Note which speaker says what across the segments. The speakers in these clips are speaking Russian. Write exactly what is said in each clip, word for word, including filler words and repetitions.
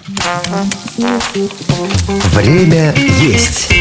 Speaker 1: Время есть.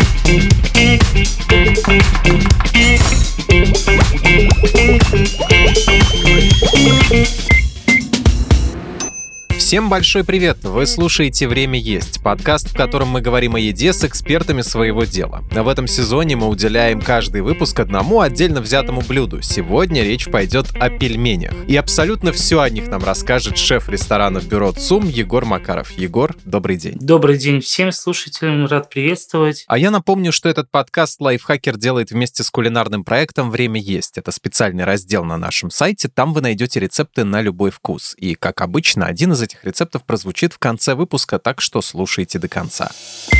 Speaker 2: Всем большой привет! Вы слушаете «Время есть» — подкаст, в котором мы говорим о еде с экспертами своего дела. В этом сезоне мы уделяем каждый выпуск одному отдельно взятому блюду. Сегодня речь пойдет о пельменях. И абсолютно все о них нам расскажет шеф ресторана «Бюро ЦУМ» Егор Макаров. Егор, добрый день.
Speaker 3: Добрый день всем слушателям, рад приветствовать.
Speaker 2: А я напомню, что этот подкаст лайфхакер делает вместе с кулинарным проектом «Время есть». Это специальный раздел на нашем сайте, там вы найдете рецепты на любой вкус. И, как обычно, один из этих рецептов прозвучит в конце выпуска, так что слушайте до конца.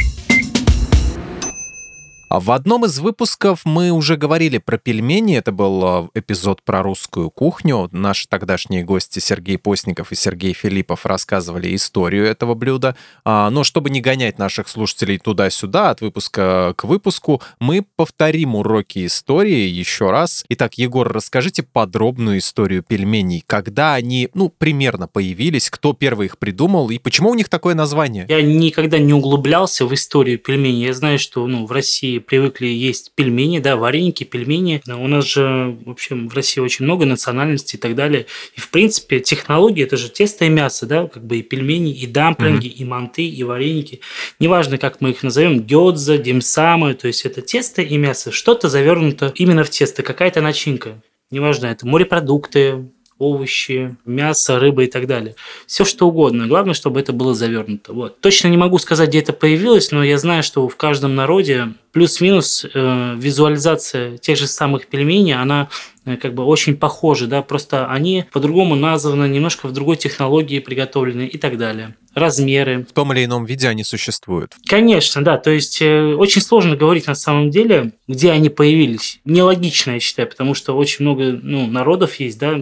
Speaker 2: В одном из выпусков мы уже говорили про пельмени. Это был эпизод про русскую кухню. Наши тогдашние гости Сергей Постников и Сергей Филиппов рассказывали историю этого блюда. Но чтобы не гонять наших слушателей туда-сюда, от выпуска к выпуску, мы повторим уроки истории еще раз. Итак, Егор, расскажите подробную историю пельменей. Когда они, ну, примерно появились, кто первый их придумал и почему у них такое название?
Speaker 3: Я никогда не углублялся в историю пельменей. Я знаю, что ну, в России привыкли есть пельмени, да, вареники, пельмени. У нас же вообще в России очень много национальностей и так далее. И, в принципе, технологии – это же тесто и мясо, да, как бы и пельмени, и дамплинги, mm-hmm. и манты, и вареники. Неважно, как мы их назовем, гёдза, димсамы, то есть это тесто и мясо. Что-то завернуто именно в тесто, какая-то начинка. Неважно, это морепродукты, овощи, мясо, рыба и так далее. Все что угодно. Главное, чтобы это было завернуто. Вот. Точно не могу сказать, где это появилось, но я знаю, что в каждом народе плюс-минус э, визуализация тех же самых пельменей, она э, как бы очень похожа, да, просто они по-другому названы, немножко в другой технологии приготовлены и так далее. Размеры.
Speaker 2: В том или ином виде они существуют.
Speaker 3: Конечно, да. То есть э, очень сложно говорить на самом деле, где они появились. Нелогично, я считаю, потому что очень много ну, народов есть, да,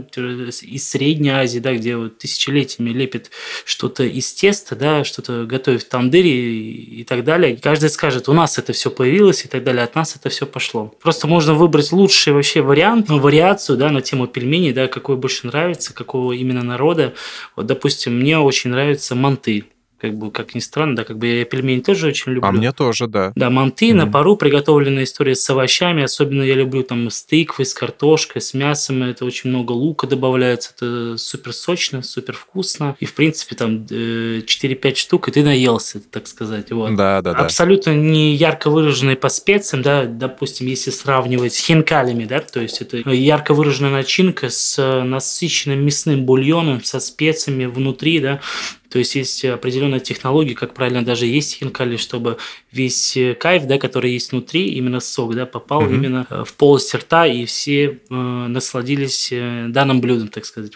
Speaker 3: из Средней Азии, да, где вот тысячелетиями лепят что-то из теста, да, что-то готовят в тандыре и, и так далее. И каждый скажет, у нас это все появилось и так далее, от нас это все пошло. Просто можно выбрать лучший вообще вариант, ну, вариацию, да, на тему пельменей, да, какой больше нравится, какого именно народа. Вот, допустим, мне очень нравится манты. Как бы, как ни странно, да, как бы я пельмени тоже очень люблю.
Speaker 2: А мне тоже, да.
Speaker 3: Да, манты mm-hmm. на пару, приготовленная история с овощами, особенно я люблю там с тыквой, с картошкой, с мясом, это очень много лука добавляется, это супер сочно, супер вкусно, и в принципе там четыре-пять штук, и ты наелся, так сказать, вот.
Speaker 2: Да, да, да.
Speaker 3: Абсолютно не ярко выраженные по специям, да, допустим, если сравнивать с хинкалями, да, то есть это ярко выраженная начинка с насыщенным мясным бульоном, со специями внутри, да. То есть есть определенная технология, как правильно даже есть хинкали, чтобы весь кайф, да, который есть внутри, именно сок, да, попал mm-hmm. именно в полость рта, и все э, насладились данным блюдом, так сказать.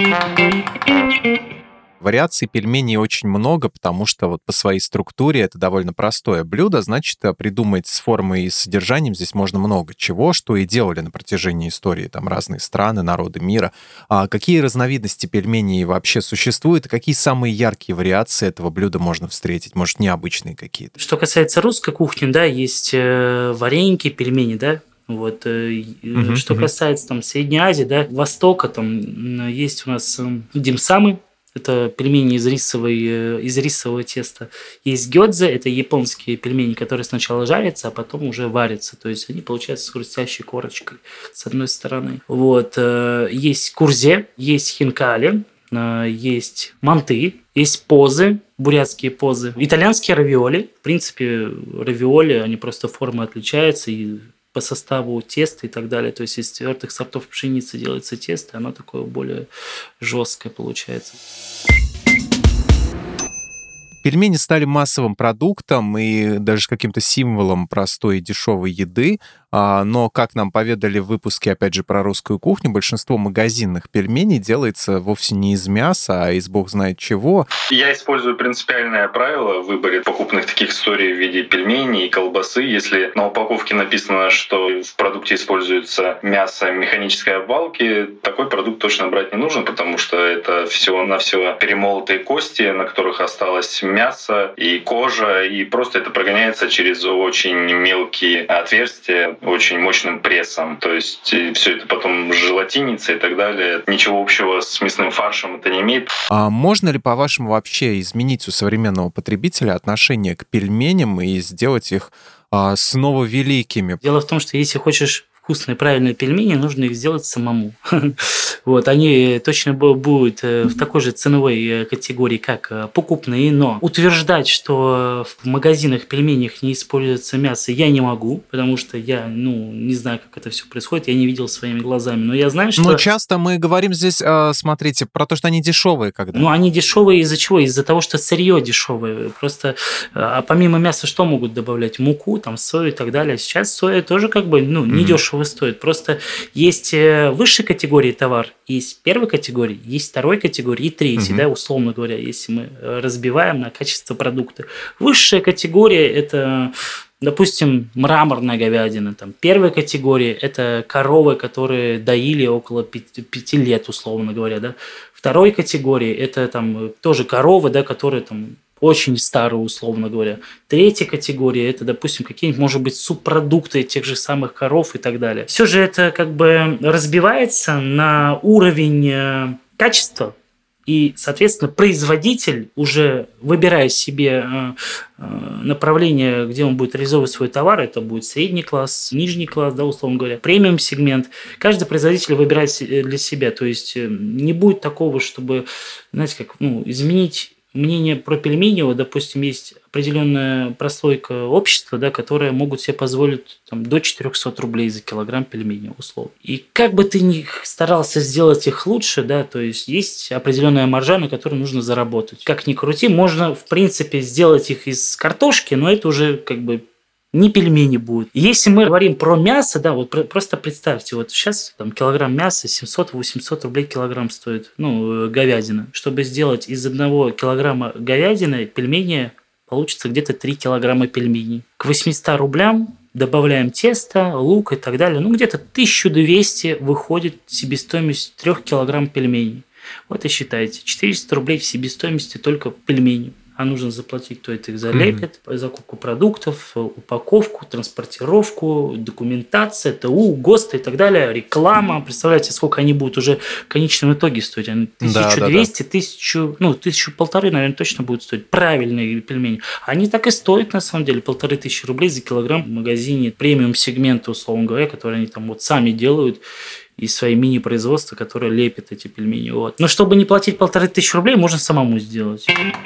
Speaker 2: Вариаций пельменей очень много, потому что вот по своей структуре это довольно простое блюдо, значит, придумать с формой и содержанием здесь можно много чего, что и делали на протяжении истории там разные страны, народы мира. А какие разновидности пельменей вообще существуют, и какие самые яркие вариации этого блюда можно встретить? Может, необычные какие-то?
Speaker 3: Что касается русской кухни, да, есть вареники, пельмени, да, вот. Uh-huh, что uh-huh. касается там Средней Азии, да, Востока, там есть у нас димсамы. Это пельмени из, рисовой, из рисового теста. Есть гёдзе, это японские пельмени, которые сначала жарятся, а потом уже варятся. То есть они получаются с хрустящей корочкой, с одной стороны. Вот. Есть курзе, есть хинкали, есть манты, есть позы, бурятские позы. Итальянские равиоли. В принципе, равиоли, они просто формы отличаются и по составу теста и так далее. То есть из твердых сортов пшеницы делается тесто, оно такое более жесткое получается.
Speaker 2: Пельмени стали массовым продуктом и даже каким-то символом простой и дешевой еды. Но, как нам поведали в выпуске, опять же, про русскую кухню, большинство магазинных пельменей делается вовсе не из мяса, а из бог знает чего.
Speaker 4: Я использую принципиальное правило в выборе покупных таких историй в виде пельменей и колбасы. Если на упаковке написано, что в продукте используется мясо механической обвалки, такой продукт точно брать не нужно, потому что это всего-навсего перемолотые кости, на которых осталось мясо и кожа, и просто это прогоняется через очень мелкие отверстия. очень мощным прессом. То есть все это потом желатинится и так далее. Ничего общего с мясным фаршем это не имеет.
Speaker 2: А можно ли, по-вашему, вообще изменить у современного потребителя отношение к пельменям и сделать их а, снова великими?
Speaker 3: Дело в том, что если хочешь вкусные, правильные пельмени, нужно их сделать самому. Вот, они точно будут в такой же ценовой категории, как покупные, но утверждать, что в магазинах пельменях не используется мясо, я не могу, потому что я, ну, не знаю, как это все происходит, я не видел своими глазами, но я знаю, что...
Speaker 2: Но часто мы говорим здесь, смотрите, про то, что они дешевые когда.
Speaker 3: Ну, они дешевые из-за чего? Из-за того, что сырье дешевое. Просто а помимо мяса что могут добавлять? Муку, там, сою и так далее. Сейчас соя тоже как бы, ну, не mm-hmm. дешево стоит. Просто есть высшей категории товар, есть первой категории, есть второй категории и третьей, mm-hmm. да, условно говоря, если мы разбиваем на качество продукта. Высшая категория – это, допустим, мраморная говядина. Там, первая категория – это коровы, которые доили около пяти, пяти лет, условно говоря. Да. Второй категории – это там, тоже коровы, да, которые там, очень старые, условно говоря. Третья категория – это, допустим, какие-нибудь, может быть, субпродукты тех же самых коров и так далее. Все же это как бы разбивается на уровень качества, и, соответственно, производитель, уже выбирая себе направление, где он будет реализовывать свой товар, это будет средний класс, нижний класс, да, условно говоря, премиум-сегмент. Каждый производитель выбирает для себя. То есть не будет такого, чтобы, знаете, как, ну, изменить мнение про пельмени. Вот, допустим, есть определенная прослойка общества, да, которые могут себе позволить там, до четыреста рублей за килограмм пельменей, условно. И как бы ты ни старался сделать их лучше, да, то есть есть определенная маржа, на которую нужно заработать. Как ни крути, можно, в принципе, сделать их из картошки, но это уже как бы не пельмени будут. Если мы говорим про мясо, да, вот просто представьте, вот сейчас там килограмм мяса семьсот-восемьсот рублей килограмм стоит, ну, говядина. Чтобы сделать из одного килограмма говядины пельмени, получится где-то три килограмма пельменей. К восьмистам рублям добавляем тесто, лук и так далее. Ну, где-то тысяча двести выходит себестоимость трех килограмм пельменей. Вот и считайте, четыреста рублей в себестоимости только пельменей. А нужно заплатить, кто это их залепит, mm-hmm. закупку продуктов, упаковку, транспортировку, документация, ТУ, ГОСТы и так далее, реклама. Представляете, сколько они будут уже в конечном итоге стоить? тысяча двести, тысячу, ну, тысячу полторы, наверное, точно будут стоить. Правильные пельмени. Они так и стоят, на самом деле, полторы тысячи рублей за килограмм в магазине премиум-сегмента, условно говоря, которые они там вот сами делают. И свои мини-производства, которые лепят эти пельмени. Вот. Но чтобы не платить полторы тысячи рублей, можно самому сделать.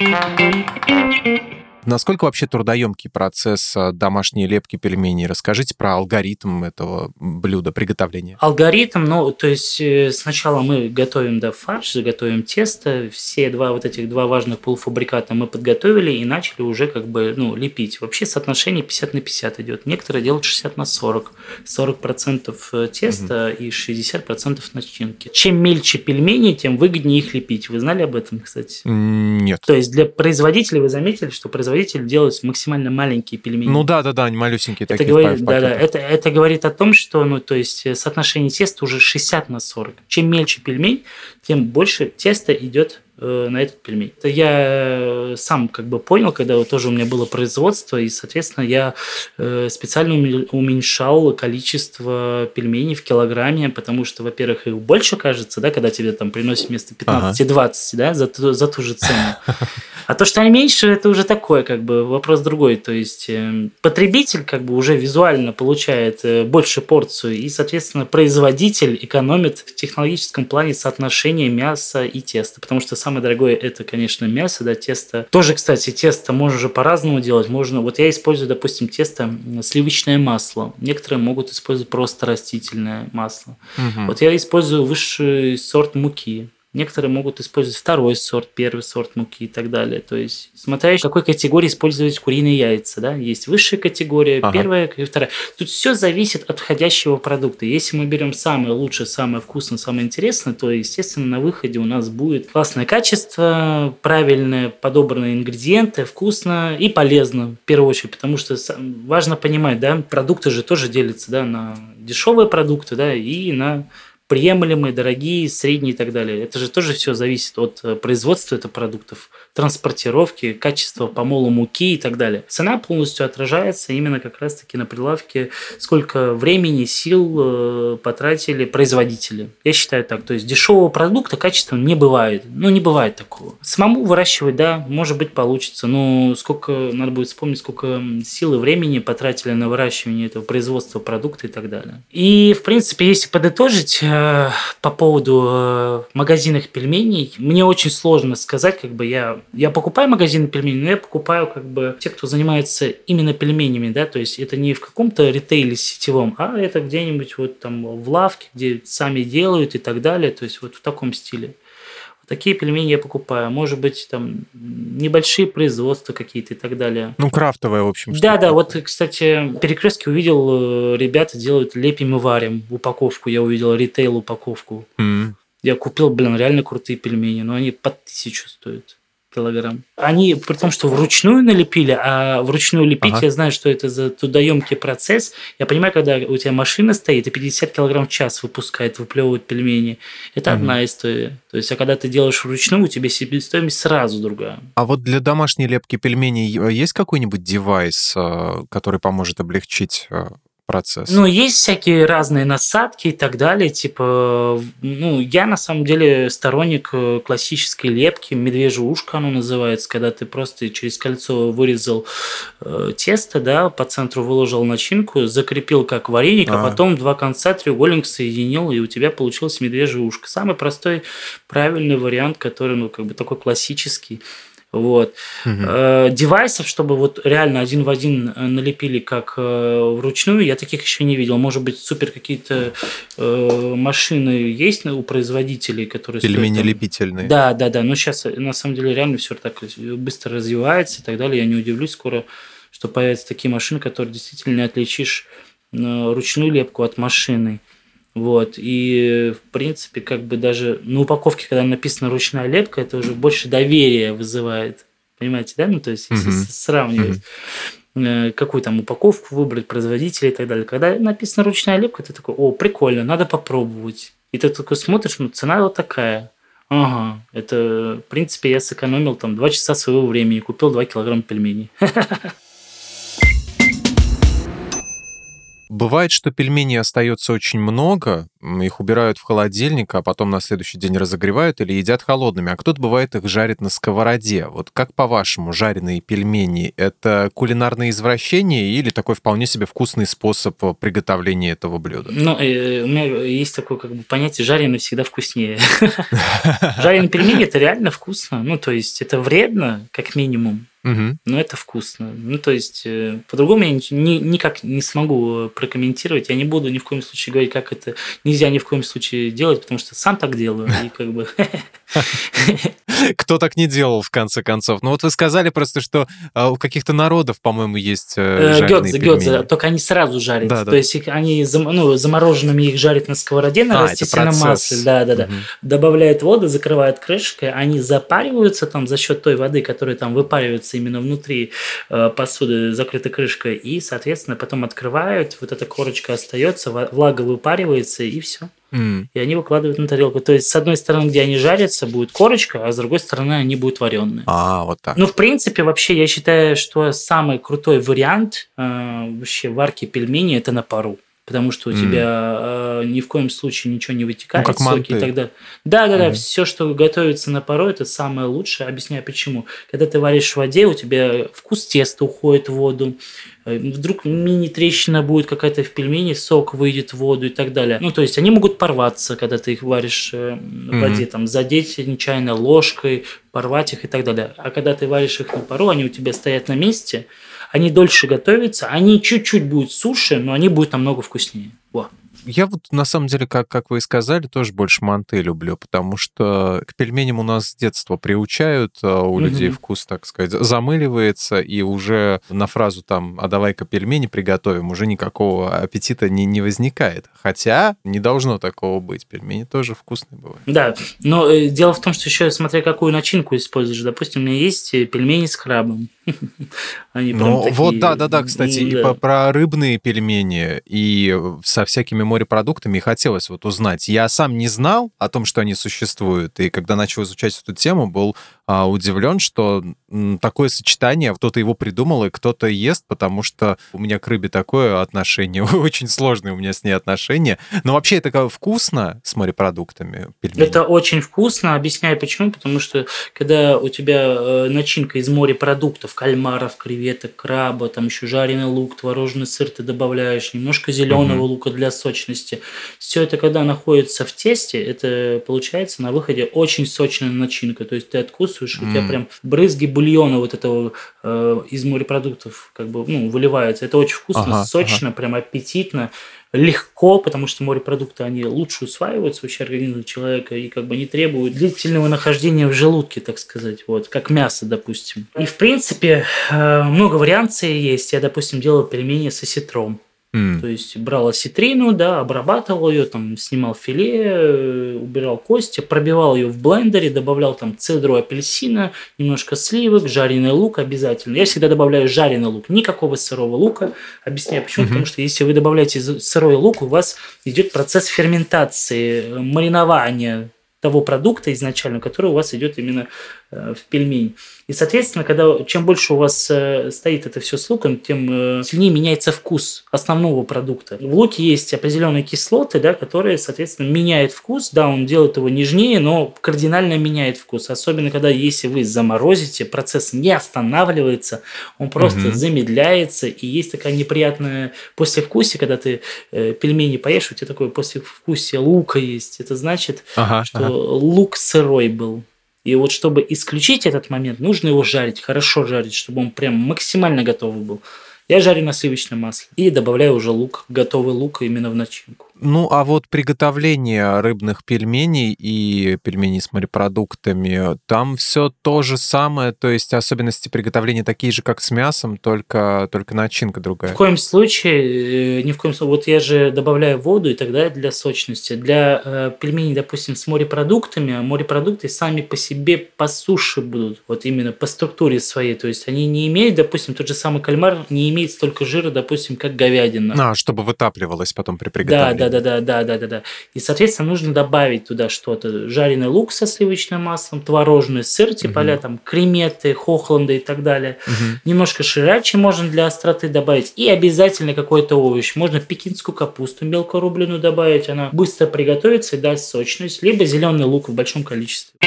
Speaker 2: Насколько вообще трудоемкий процесс домашней лепки пельменей? Расскажите про алгоритм этого блюда, приготовления.
Speaker 3: Алгоритм, ну, то есть сначала мы готовим, да, фарш, заготовим тесто, все два вот этих два важных полуфабриката мы подготовили и начали уже как бы, ну, лепить. Вообще соотношение пятьдесят на пятьдесят идет. Некоторые делают шестьдесят на сорок. сорок процентов теста угу. и шестьдесят процентов начинки. Чем мельче пельмени, тем выгоднее их лепить. Вы знали об этом, кстати?
Speaker 2: Нет.
Speaker 3: То есть для производителей вы заметили, что производитель делает максимально маленькие пельмени.
Speaker 2: Ну да, да, да, они малюсенькие
Speaker 3: это
Speaker 2: такие.
Speaker 3: Говорит, да, да, это, это говорит о том, что, ну, то есть соотношение теста уже шестьдесят на сорок. Чем мельче пельмень, тем больше теста идет э, на этот пельмень. Это я сам как бы понял, когда вот тоже у меня было производство, и, соответственно, я э, специально уменьшал количество пельменей в килограмме, потому что, во-первых, их больше кажется, да, когда тебе там приносят вместо пятнадцати-двадцати, да, за ту, за ту же цену. А то, что они меньше, это уже такое, как бы, вопрос другой. То есть, э, потребитель, как бы, уже визуально получает э, больше порцию, и, соответственно, производитель экономит в технологическом плане соотношение мяса и теста. Потому что самое дорогое – это, конечно, мясо, да, тесто. Тоже, кстати, тесто можно же по-разному делать. Можно, вот я использую, допустим, тесто сливочное масло. Некоторые могут использовать просто растительное масло. Угу. Вот я использую высший сорт муки. Некоторые могут использовать второй сорт, первый сорт муки и так далее. То есть, смотря в какой категории использовать куриные яйца. Да? Есть высшая категория, ага. первая и вторая. Тут все зависит от входящего продукта. Если мы берем самое лучшее, самое вкусное, самое интересное, то, естественно, на выходе у нас будет классное качество, правильные подобранные ингредиенты, вкусно и полезно, в первую очередь. Потому что важно понимать, да, продукты же тоже делятся, да, на дешевые продукты, да, и на приемлемые, дорогие, средние и так далее. Это же тоже все зависит от производства этих продуктов, транспортировки, качество помола муки и так далее. Цена полностью отражается именно как раз-таки на прилавке, сколько времени, сил потратили производители. Я считаю так. То есть дешевого продукта качества не бывает. Ну, не бывает такого. Самому выращивать, да, может быть, получится. Но сколько, надо будет вспомнить, сколько сил и времени потратили на выращивание этого производства продукта и так далее. И, в принципе, если подытожить э, по поводу э, магазинных пельменей, мне очень сложно сказать, как бы я, я покупаю магазины пельменей, но я покупаю как бы те, кто занимается именно пельменями, да, то есть это не в каком-то ритейле сетевом, а это где-нибудь вот там в лавке, где сами делают и так далее, то есть вот в таком стиле. Такие пельмени я покупаю. Может быть, там небольшие производства какие-то и так далее.
Speaker 2: Ну, крафтовые, в общем.
Speaker 3: Да, да. Вот, кстати, в Перекрестке увидел, ребята делают лепим и варим упаковку. Я увидел ритейл упаковку. Mm. Я купил, блин, реально крутые пельмени, но они под тысячу стоят килограмм. Они, при том, что вручную налепили, а вручную лепить, ага. я знаю, что это за трудоемкий процесс. Я понимаю, когда у тебя машина стоит и пятьдесят килограмм в час выпускает, выплевывает пельмени. Это угу. одна история. То есть, а когда ты делаешь вручную, у тебя себестоимость сразу другая.
Speaker 2: А вот для домашней лепки пельменей есть какой-нибудь девайс, который поможет облегчить процесс?
Speaker 3: Ну, есть всякие разные насадки и так далее. Типа, ну, я на самом деле сторонник классической лепки, медвежье ушко оно называется, когда ты просто через кольцо вырезал э, тесто, да, по центру выложил начинку, закрепил как вареник, а, а потом два конца треугольник соединил, и у тебя получилось медвежье ушко. Самый простой, правильный вариант, который, ну, как бы такой классический. Вот. Угу. Э, девайсов, чтобы вот реально один в один налепили как э, вручную, я таких еще не видел. Может быть, супер какие-то э, машины есть у производителей, которые...
Speaker 2: Пельмени лепительные.
Speaker 3: Да, да, да. Но сейчас, на самом деле, реально все так быстро развивается и так далее. Я не удивлюсь скоро, что появятся такие машины, которые действительно не отличишь э, ручную лепку от машины. Вот, и, в принципе, как бы даже на упаковке, когда написано «ручная лепка», это уже больше доверия вызывает, понимаете, да? Ну, то есть, если mm-hmm. сравнивать, mm-hmm. какую там упаковку выбрать, производителя и так далее. Когда написано «ручная лепка», ты такой: о, прикольно, надо попробовать. И ты такой смотришь, ну, цена вот такая. Ага, это, в принципе, я сэкономил там два часа своего времени, купил два килограмма пельменей.
Speaker 2: Бывает, что пельменей остается очень много, их убирают в холодильник, а потом на следующий день разогревают или едят холодными, а кто-то, бывает, их жарит на сковороде. Вот как по-вашему, жареные пельмени — это кулинарное извращение или такой вполне себе вкусный способ приготовления этого блюда?
Speaker 3: Ну, э, у меня есть такое как бы понятие: жареный всегда вкуснее. Жареные пельмени — это реально вкусно, ну, то есть это вредно, как минимум. Угу. Но это вкусно. Ну, то есть, э, по-другому я ни, никак не смогу прокомментировать. Я не буду ни в коем случае говорить, как это нельзя ни в коем случае делать, потому что сам так делаю. И как бы...
Speaker 2: Кто так не делал, в конце концов? Ну, вот вы сказали просто, что у каких-то народов, по-моему, есть жареные
Speaker 3: гёдзе,
Speaker 2: пельмени.
Speaker 3: Гёдзе, только они сразу жарят.
Speaker 2: Да, да.
Speaker 3: То есть, они ну, замороженными их жарят на сковороде на а, растительном масле. Да, да, да. Угу. Добавляют воду, закрывают крышкой, они запариваются там за счет той воды, которая там выпаривается именно внутри э, посуды, закрытой крышкой, и, соответственно, потом открывают, вот эта корочка остается, влага выпаривается, и все. Mm. И они выкладывают на тарелку. То есть, с одной стороны, где они жарятся, будет корочка, а с другой стороны, они будут вареные.
Speaker 2: А, вот так.
Speaker 3: Ну, в принципе, вообще, я считаю, что самый крутой вариант э, вообще варки пельменей – это на пару. Потому что у mm. тебя э, ни в коем случае ничего не вытекает,
Speaker 2: ну, как
Speaker 3: соки
Speaker 2: манты.
Speaker 3: И так далее. Да, да, да,
Speaker 2: mm.
Speaker 3: все, что готовится на пару, это самое лучшее. Объясняю почему. Когда ты варишь в воде, у тебя вкус теста уходит в воду. Вдруг мини-трещина будет какая-то в пельмени, сок выйдет в воду и так далее. Ну, то есть, они могут порваться, когда ты их варишь в воде, mm-hmm. там, задеть нечаянно ложкой, порвать их и так далее. А когда ты варишь их на пару, они у тебя стоят на месте, они дольше готовятся, они чуть-чуть будут суше, но они будут намного вкуснее. Во.
Speaker 2: Я вот, на самом деле, как, как вы и сказали, тоже больше манты люблю, потому что к пельменям у нас с детства приучают, у mm-hmm. людей вкус, так сказать, замыливается, и уже на фразу там «а давай-ка пельмени приготовим» уже никакого аппетита не, не возникает. Хотя не должно такого быть, пельмени тоже вкусные бывают.
Speaker 3: Да, но э, дело в том, что еще смотря какую начинку используешь. Допустим, у меня есть пельмени с крабом.
Speaker 2: Они ну, такие... вот, да-да-да, кстати, да. И про рыбные пельмени, и со всякими морепродуктами и хотелось вот узнать. Я сам не знал о том, что они существуют, и когда начал изучать эту тему, был а, удивлен, что м, такое сочетание, кто-то его придумал и кто-то ест, потому что у меня к рыбе такое отношение, очень сложное у меня с ней отношения. Но вообще это как вкусно с морепродуктами? Пельмени?
Speaker 3: Это очень вкусно. Объясняю почему. Потому что когда у тебя начинка из морепродуктов, кальмаров, креветок, краба, там еще жареный лук, творожный сыр ты добавляешь, немножко зеленого mm-hmm. лука для сочности. Все это, когда находится в тесте, это получается на выходе очень сочная начинка. То есть ты откусываешь, mm-hmm. у тебя прям брызги бульона вот этого э, из морепродуктов как бы ну, выливаются. Это очень вкусно, ага, сочно, ага. прям аппетитно. Легко, потому что морепродукты, они лучше усваиваются вообще организм человека и как бы не требуют длительного нахождения в желудке, так сказать, вот, как мясо, допустим. И, в принципе, много вариаций есть. Я, допустим, делал пельмени с осетром. Mm. То есть брал осетрину, да, обрабатывал ее, там, снимал филе, убирал кости, пробивал ее в блендере, добавлял там цедру апельсина, немножко сливок, жареный лук обязательно. Я всегда добавляю жареный лук, никакого сырого лука. Объясняю почему. Mm-hmm. Потому что если вы добавляете сырой лук, у вас идет процесс ферментации, маринования того продукта изначально, который у вас идет именно в пельмень. И, соответственно, когда, чем больше у вас э, стоит это все с луком, тем э, сильнее меняется вкус основного продукта. В луке есть определенные кислоты, да, которые, соответственно, меняют вкус. Да, он делает его нежнее, но кардинально меняет вкус. Особенно, когда если вы заморозите, процесс не останавливается, он просто mm-hmm. замедляется. И есть такая неприятная послевкусие, когда ты э, пельмени поешь, у тебя такое послевкусие лука есть. Это значит, ага, что ага. лук сырой был. И вот чтобы исключить этот момент, нужно его жарить, хорошо жарить, чтобы он прям максимально готовый был. Я жарю на сливочном масле и добавляю уже лук, готовый лук именно в начинку.
Speaker 2: Ну, а вот приготовление рыбных пельменей и пельменей с морепродуктами, там все то же самое, то есть особенности приготовления такие же, как с мясом, только, только начинка другая.
Speaker 3: В коем случае, ни в коем случае, вот я же добавляю воду и так далее для сочности. Для э, пельменей, допустим, с морепродуктами, морепродукты сами по себе по суше будут, вот именно по структуре своей, то есть они не имеют, допустим, тот же самый кальмар не имеет столько жира, допустим, как говядина.
Speaker 2: А, чтобы вытапливалось потом при приготовлении.
Speaker 3: Да, да, да, да, да, да, да. И, соответственно, нужно добавить туда что-то. Жареный лук со сливочным маслом, творожный сыр, типа uh-huh. там креметы, хохланды и так далее. Uh-huh. Немножко ширачи можно для остроты добавить. И обязательно какой-то овощ. Можно пекинскую капусту мелко рубленую добавить. Она быстро приготовится и даст сочность. Либо зеленый лук в большом количестве.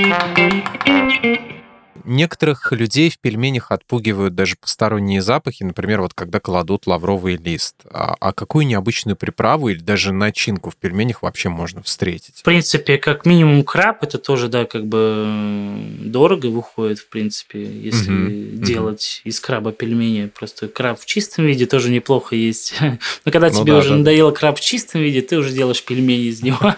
Speaker 2: Некоторых людей в пельменях отпугивают даже посторонние запахи, например, вот когда кладут лавровый лист. А, а какую необычную приправу или даже начинку в пельменях вообще можно встретить?
Speaker 3: В принципе, как минимум краб, это тоже, да, как бы дорого выходит, в принципе, если uh-huh, делать uh-huh. из краба пельмени. Просто краб в чистом виде тоже неплохо есть. Но когда ну тебе да, уже да, надоело да. краб в чистом виде, ты уже делаешь пельмени из него.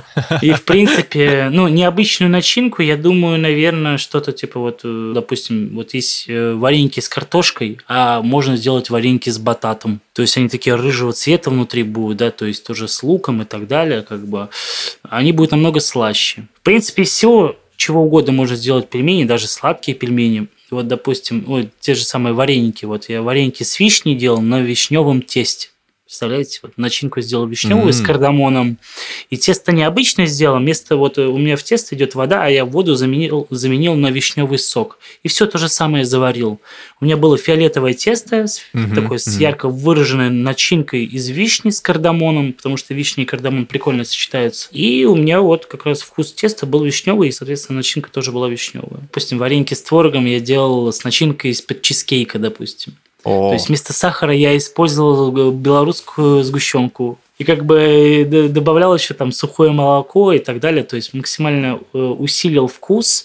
Speaker 3: И, в принципе, ну, необычную начинку, я думаю, наверное, что-то типа вот Вот, допустим, вот есть вареники с картошкой, а можно сделать вареники с бататом. То есть они такие рыжего цвета внутри будут, да, то есть тоже с луком и так далее, как бы. Они будут намного слаще. В принципе, все, чего угодно можно сделать пельмени, даже сладкие пельмени. Вот, допустим, вот, те же самые вареники. Вот я вареники с вишней делал на вишневом тесте. Представляете, вот начинку сделал вишневую mm-hmm. с кардамоном. И тесто необычно сделал. Вместо вот у меня в тесто идет вода, а я воду заменил, заменил на вишневый сок. И все то же самое заварил. У меня было фиолетовое тесто, mm-hmm. такое с ярко выраженной начинкой из вишни с кардамоном, потому что вишня и кардамон прикольно сочетаются. И у меня вот как раз вкус теста был вишневый, и, соответственно, начинка тоже была вишневая. Допустим, вареники с творогом я делал с начинкой из-под чизкейка, допустим. О. То есть вместо сахара я использовал белорусскую сгущенку. И как бы добавлял еще там сухое молоко и так далее. То есть максимально усилил вкус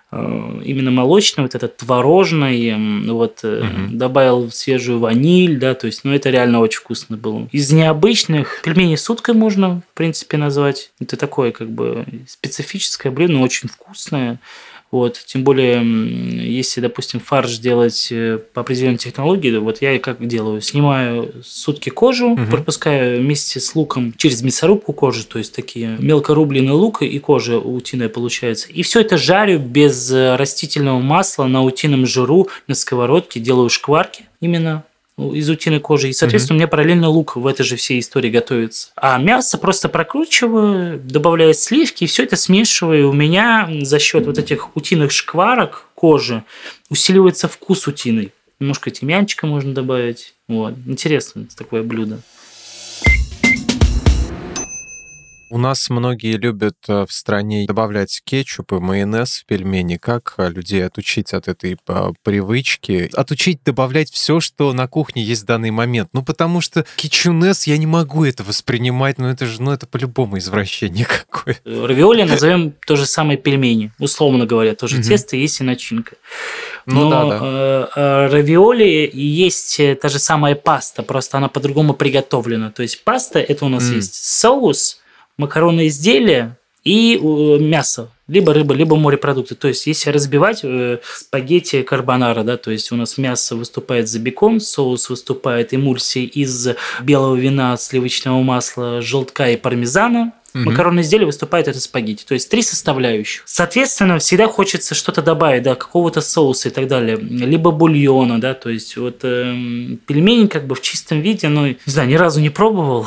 Speaker 3: именно молочный, вот этот творожный, вот, угу. добавил свежую ваниль, да, то есть, ну, это реально очень вкусно было. Из необычных пельмени с уткой можно, в принципе, назвать. Это такое, как бы, специфическое блюдо, но очень вкусное. Вот, тем более, если, допустим, фарш делать по определенной технологии, вот я как делаю, снимаю с утки кожу, угу. пропускаю вместе с луком через мясорубку кожу, то есть такие мелко рубленый лук и кожа утиная получается. И все это жарю без растительного масла на утином жиру на сковородке, делаю шкварки именно. из утиной кожи, и, соответственно, mm-hmm. у меня параллельно лук в этой же всей истории готовится. А мясо просто прокручиваю, добавляю сливки, и все это смешиваю. У меня за счет вот этих утиных шкварок кожи усиливается вкус утиный. Немножко тимьянчика можно добавить. Вот. Интересное такое блюдо.
Speaker 2: У нас многие любят в стране добавлять кетчуп и майонез в пельмени. Как людей отучить от этой привычки? Отучить добавлять все, что на кухне есть в данный момент. Ну, потому что кетчунес, я не могу это воспринимать, но это же, ну, это по-любому извращение какое.
Speaker 3: Равиоли назовем то же самое пельмени. Условно говоря, тоже тесто есть и начинка.
Speaker 2: Ну,
Speaker 3: Но
Speaker 2: да, да.
Speaker 3: Э, равиоли и есть та же самая паста, просто она по-другому приготовлена. То есть паста, это у нас mm. есть соус, макаронные изделия и мясо, либо рыба, либо морепродукты. То есть, если разбивать э, спагетти карбонара, да, то есть у нас мясо выступает за бекон, соус выступает эмульсией из белого вина, сливочного масла, желтка и пармезана. Mm-hmm. Макаронные изделия выступают это спагетти. То есть три составляющих. Соответственно, всегда хочется что-то добавить, да, какого-то соуса и так далее. Либо бульона, да, то есть вот э, пельмени как бы в чистом виде, ну, не знаю, ни разу не пробовал.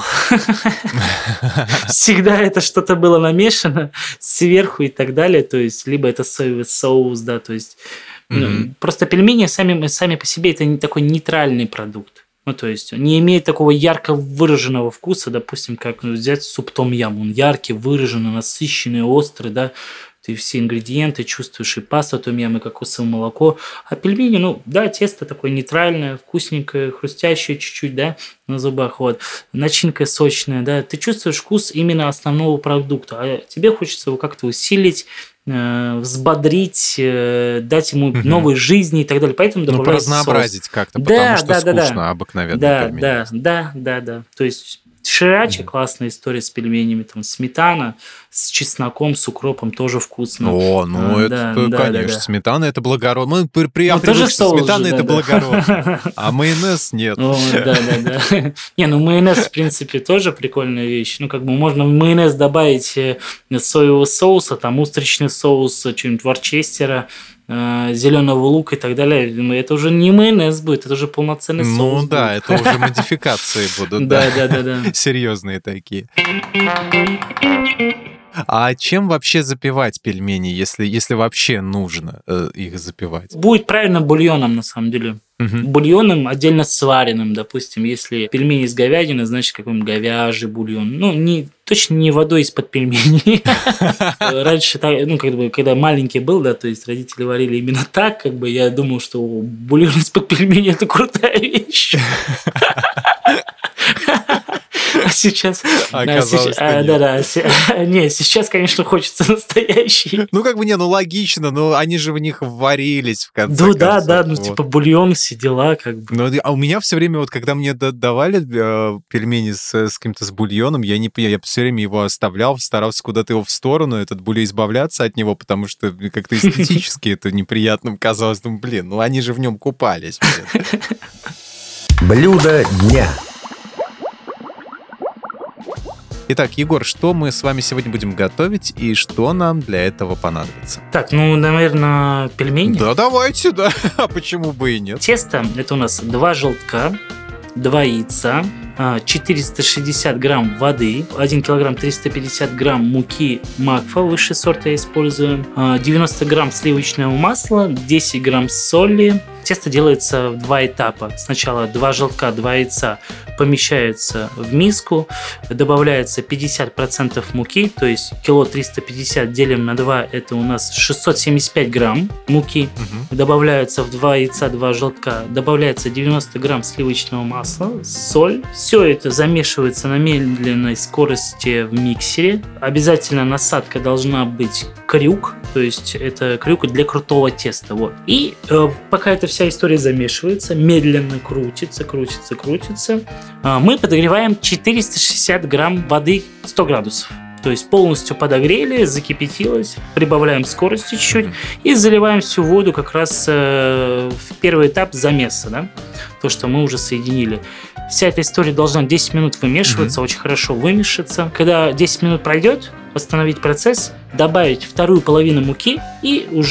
Speaker 3: Всегда это что-то было намешано сверху и так далее. То есть либо это соевый соус, да, то есть просто пельмени сами сами по себе это такой нейтральный продукт. Ну, то есть, не имеет такого ярко выраженного вкуса, допустим, как ну, взять суп том-ям. Он яркий, выраженный, насыщенный, острый, да. Ты все ингредиенты чувствуешь, и паста том-ям, и кокосовое молоко. А пельмени, ну, да, тесто такое нейтральное, вкусненькое, хрустящее чуть-чуть, да, на зубах, вот. Начинка сочная, да. Ты чувствуешь вкус именно основного продукта, а тебе хочется его как-то усилить, взбодрить, дать ему угу. новой жизни и так далее. Поэтому добавляется
Speaker 2: ну, поразнообразить
Speaker 3: соус.
Speaker 2: как-то,
Speaker 3: да,
Speaker 2: потому что
Speaker 3: да,
Speaker 2: скучно
Speaker 3: да,
Speaker 2: обыкновенно
Speaker 3: да,
Speaker 2: пельмени.
Speaker 3: Да, да, да, да. То есть ширача,
Speaker 2: угу. классная
Speaker 3: классная история с пельменями, там сметана с чесноком, с укропом тоже вкусно.
Speaker 2: О, ну
Speaker 3: а,
Speaker 2: это,
Speaker 3: да,
Speaker 2: конечно,
Speaker 3: да, да, да.
Speaker 2: сметана это благородно. Мы при, при,
Speaker 3: ну,
Speaker 2: привыкли, что сметана
Speaker 3: же,
Speaker 2: это
Speaker 3: да,
Speaker 2: благородно,
Speaker 3: да.
Speaker 2: а майонез нет.
Speaker 3: О, да, да, да. Не, ну майонез, в принципе, тоже прикольная вещь. Ну, как бы можно в майонез добавить соевого соуса, там устричный соус, что-нибудь ворчестера, зеленого лука и так далее. Это уже не майонез будет, это уже полноценный
Speaker 2: ну,
Speaker 3: соус.
Speaker 2: Ну да,
Speaker 3: будет.
Speaker 2: Это уже модификации будут.
Speaker 3: Да, да, да, да.
Speaker 2: Серьезные такие. А чем вообще запивать пельмени, если, если вообще нужно э, их запивать?
Speaker 3: Будет правильно бульоном, на самом деле. Угу. Бульоном отдельно сваренным, допустим, если пельмени из говядины, значит, какой-нибудь говяжий бульон. Ну, не, точно не водой из-под пельменей. Раньше, ну, как бы, когда маленький был, да, то есть родители варили именно так, как бы я думал, что бульон из-под пельменей – это крутая вещь. А сейчас...
Speaker 2: Оказалось,
Speaker 3: а, да, да, да. Не, сейчас, конечно, хочется настоящий.
Speaker 2: Ну, как бы, не, ну, логично, но они же в них варились, в конце
Speaker 3: ну,
Speaker 2: концов.
Speaker 3: Да, да, ну,
Speaker 2: вот.
Speaker 3: Типа бульон, все дела, как бы.
Speaker 2: Ну, а у меня все время, вот, когда мне давали э, пельмени с, с каким-то с бульоном, я не я все время его оставлял, старался куда-то его в сторону, этот бульон, избавляться от него, потому что как-то эстетически это неприятным казалось. Думаю, блин, ну, они же в нем купались.
Speaker 1: Блюдо дня.
Speaker 2: Итак, Егор, что мы с вами сегодня будем готовить и что нам для этого понадобится?
Speaker 3: Так, ну, наверное, пельмени.
Speaker 2: Да, давайте, да. А почему бы и нет?
Speaker 3: Тесто – это у нас два желтка, два яйца, четыреста шестьдесят грамм воды, один килограмм триста пятьдесят грамм муки макфа, высший сорт я использую, девяносто грамм сливочного масла, десять грамм соли. Тесто делается в два этапа. Сначала два желтка, два яйца помещаются в миску, добавляется пятьдесят процентов муки, то есть кило триста пятьдесят делим на два, это у нас шестьсот семьдесят пять грамм муки, угу. Добавляются в два яйца, два желтка, добавляется девяносто грамм сливочного масла, соль. Все это замешивается на медленной скорости в миксере. Обязательно насадка должна быть крюк, то есть это крюк для крутого теста. Вот. И э, пока эта вся история замешивается, медленно крутится, крутится, крутится, э, мы подогреваем четыреста шестьдесят грамм воды сто градусов. То есть полностью подогрели, закипятилось, прибавляем скорости чуть-чуть и заливаем всю воду как раз э, в первый этап замеса, да? То, что мы уже соединили. Вся эта история должна десять минут вымешиваться, mm-hmm. очень хорошо вымешаться. Когда десять минут пройдет, остановить процесс, добавить вторую половину муки и уже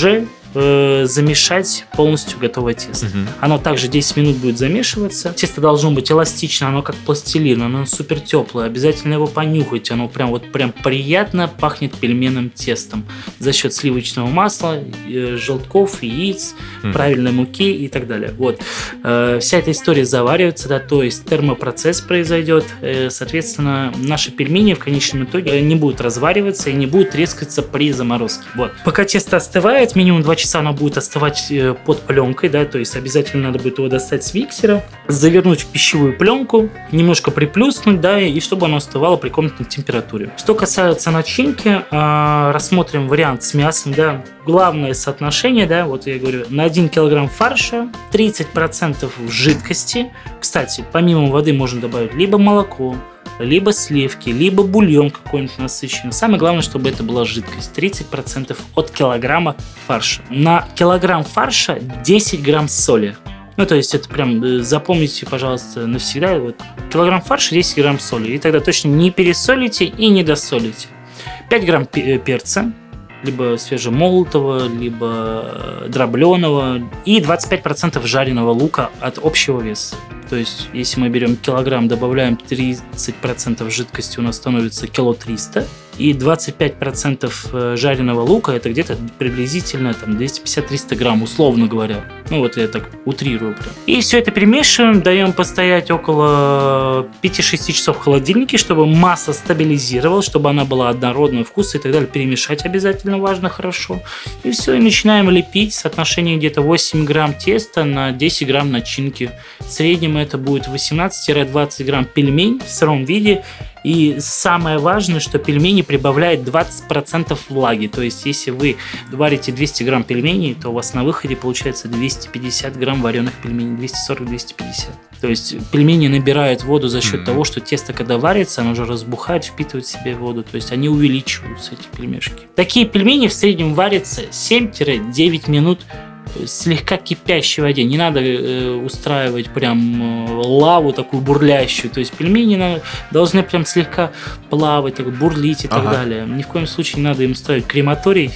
Speaker 3: э, замешать полностью готовое тесто.
Speaker 2: Мгм.
Speaker 3: Оно также десять минут будет замешиваться. Тесто должно быть эластично, оно как пластилин, оно супер теплое. Обязательно его понюхать, оно прям вот прям приятно пахнет пельменным тестом за счет сливочного масла, э, желтков, яиц,
Speaker 2: Мгм.
Speaker 3: правильной муки и так далее. Вот. Э, Вся эта история заваривается, да, то есть термопроцесс произойдет. Э, Соответственно, наши пельмени в конечном итоге не будут развариваться и не будут трескаться при заморозке. Вот. Пока тесто остывает, минимум два часа оно будет остывать э, под пленкой, да, то есть обязательно надо будет его достать с миксера, завернуть в пищевую пленку, немножко приплюснуть, да, и чтобы оно остывало при комнатной температуре. Что касается начинки, э, рассмотрим вариант с мясом, да. Главное соотношение, да, вот я говорю, на один килограмм фарша тридцать процентов жидкости. Кстати, помимо воды можно добавить либо молоко, либо сливки, либо бульон какой-нибудь насыщенный. Самое главное, чтобы это была жидкость. тридцать процентов от килограмма фарша. На килограмм фарша десять грамм соли. Ну, то есть это прям э, запомните, пожалуйста, навсегда. Вот, килограмм фарша, десять грамм соли. И тогда точно не пересолите и не досолите. пять грамм пе- перца, либо свежемолотого, либо дробленого, и двадцать пять процентов жареного лука от общего веса. То есть, если мы берем килограмм, добавляем тридцать процентов жидкости, у нас становится кило триста, и двадцать пять процентов жареного лука, это где-то приблизительно там, двести пятьдесят - триста грамм, условно говоря. Ну вот я так утрирую прям. И все это перемешиваем, даем постоять около пяти-шести часов в холодильнике, чтобы масса стабилизировалась, чтобы она была однородного вкуса и так далее. Перемешать обязательно важно хорошо. И все, и начинаем лепить. Соотношение где-то восемь грамм теста на десять грамм начинки. В среднем это будет восемнадцать - двадцать грамм пельмень в сыром виде. И самое важное, что пельмени прибавляют двадцать процентов влаги. То есть, если вы варите двести грамм пельменей, то у вас на выходе получается двести пятьдесят грамм вареных пельменей. двести сорок - двести пятьдесят. То есть, пельмени набирают воду за счет mm-hmm. того, что тесто, когда варится, оно уже разбухает, впитывает в себе воду. То есть, они увеличиваются, эти пельмешки. Такие пельмени в среднем варятся семь - девять минут в слегка кипящей воде. Не надо э, устраивать прям э, лаву такую бурлящую. То есть пельмени надо, должны прям слегка плавать, так, бурлить и так ага. далее. Ни в коем случае не надо им ставить крематорий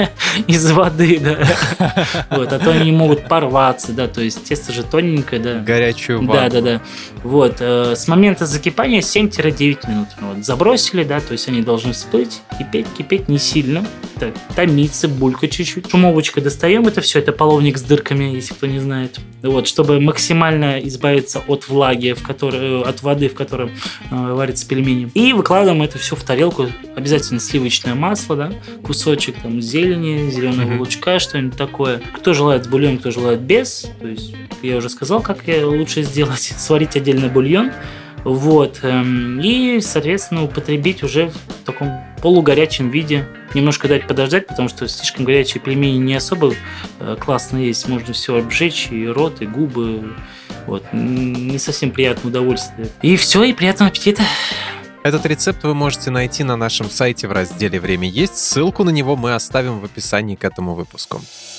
Speaker 3: из воды, да. Вот, а то они могут порваться, да. То есть тесто же тоненькое, да.
Speaker 2: Горячую ванну.
Speaker 3: Да, да, да. Вот, э, с момента закипания семь - девять минут. Вот, забросили, да, то есть они должны всплыть, кипеть, кипеть не сильно. Так, томиться, булькать чуть-чуть. Шумовочкой достаем это все, это половник с дырками, если кто не знает. Вот, чтобы максимально избавиться от влаги, в которой, от воды, в которой э, варятся пельмени. И выкладываем это все в тарелку. Обязательно сливочное масло, да, кусочек там зелени, зеленого mm-hmm. лучка, что-нибудь такое. Кто желает с бульоном, кто желает без. То есть, я уже сказал, как я лучше сделать. Сварить отдельно бульон. Вот. Эм, и, соответственно, употребить уже в таком полугорячем виде. Немножко дать подождать, потому что слишком горячие пельмени не особо э, классно есть. Можно все обжечь, и рот, и губы. Вот. Не совсем приятное удовольствие. И все, и приятного аппетита.
Speaker 2: Этот рецепт вы можете найти на нашем сайте в разделе «Время есть». Ссылку на него мы оставим в описании к этому выпуску.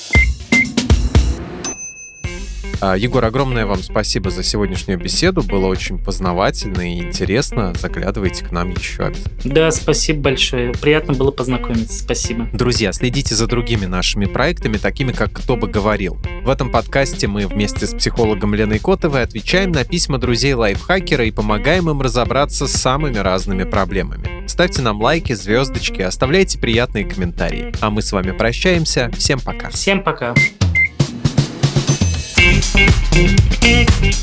Speaker 2: Егор, огромное вам спасибо за сегодняшнюю беседу. Было очень познавательно и интересно. Заглядывайте к нам еще обязательно.
Speaker 3: Да, спасибо большое. Приятно было познакомиться. Спасибо.
Speaker 2: Друзья, следите за другими нашими проектами, такими как «Кто бы говорил». В этом подкасте мы вместе с психологом Леной Котовой отвечаем на письма друзей-лайфхакера и помогаем им разобраться с самыми разными проблемами. Ставьте нам лайки, звездочки, оставляйте приятные комментарии. А мы с вами прощаемся. Всем пока.
Speaker 3: Всем пока.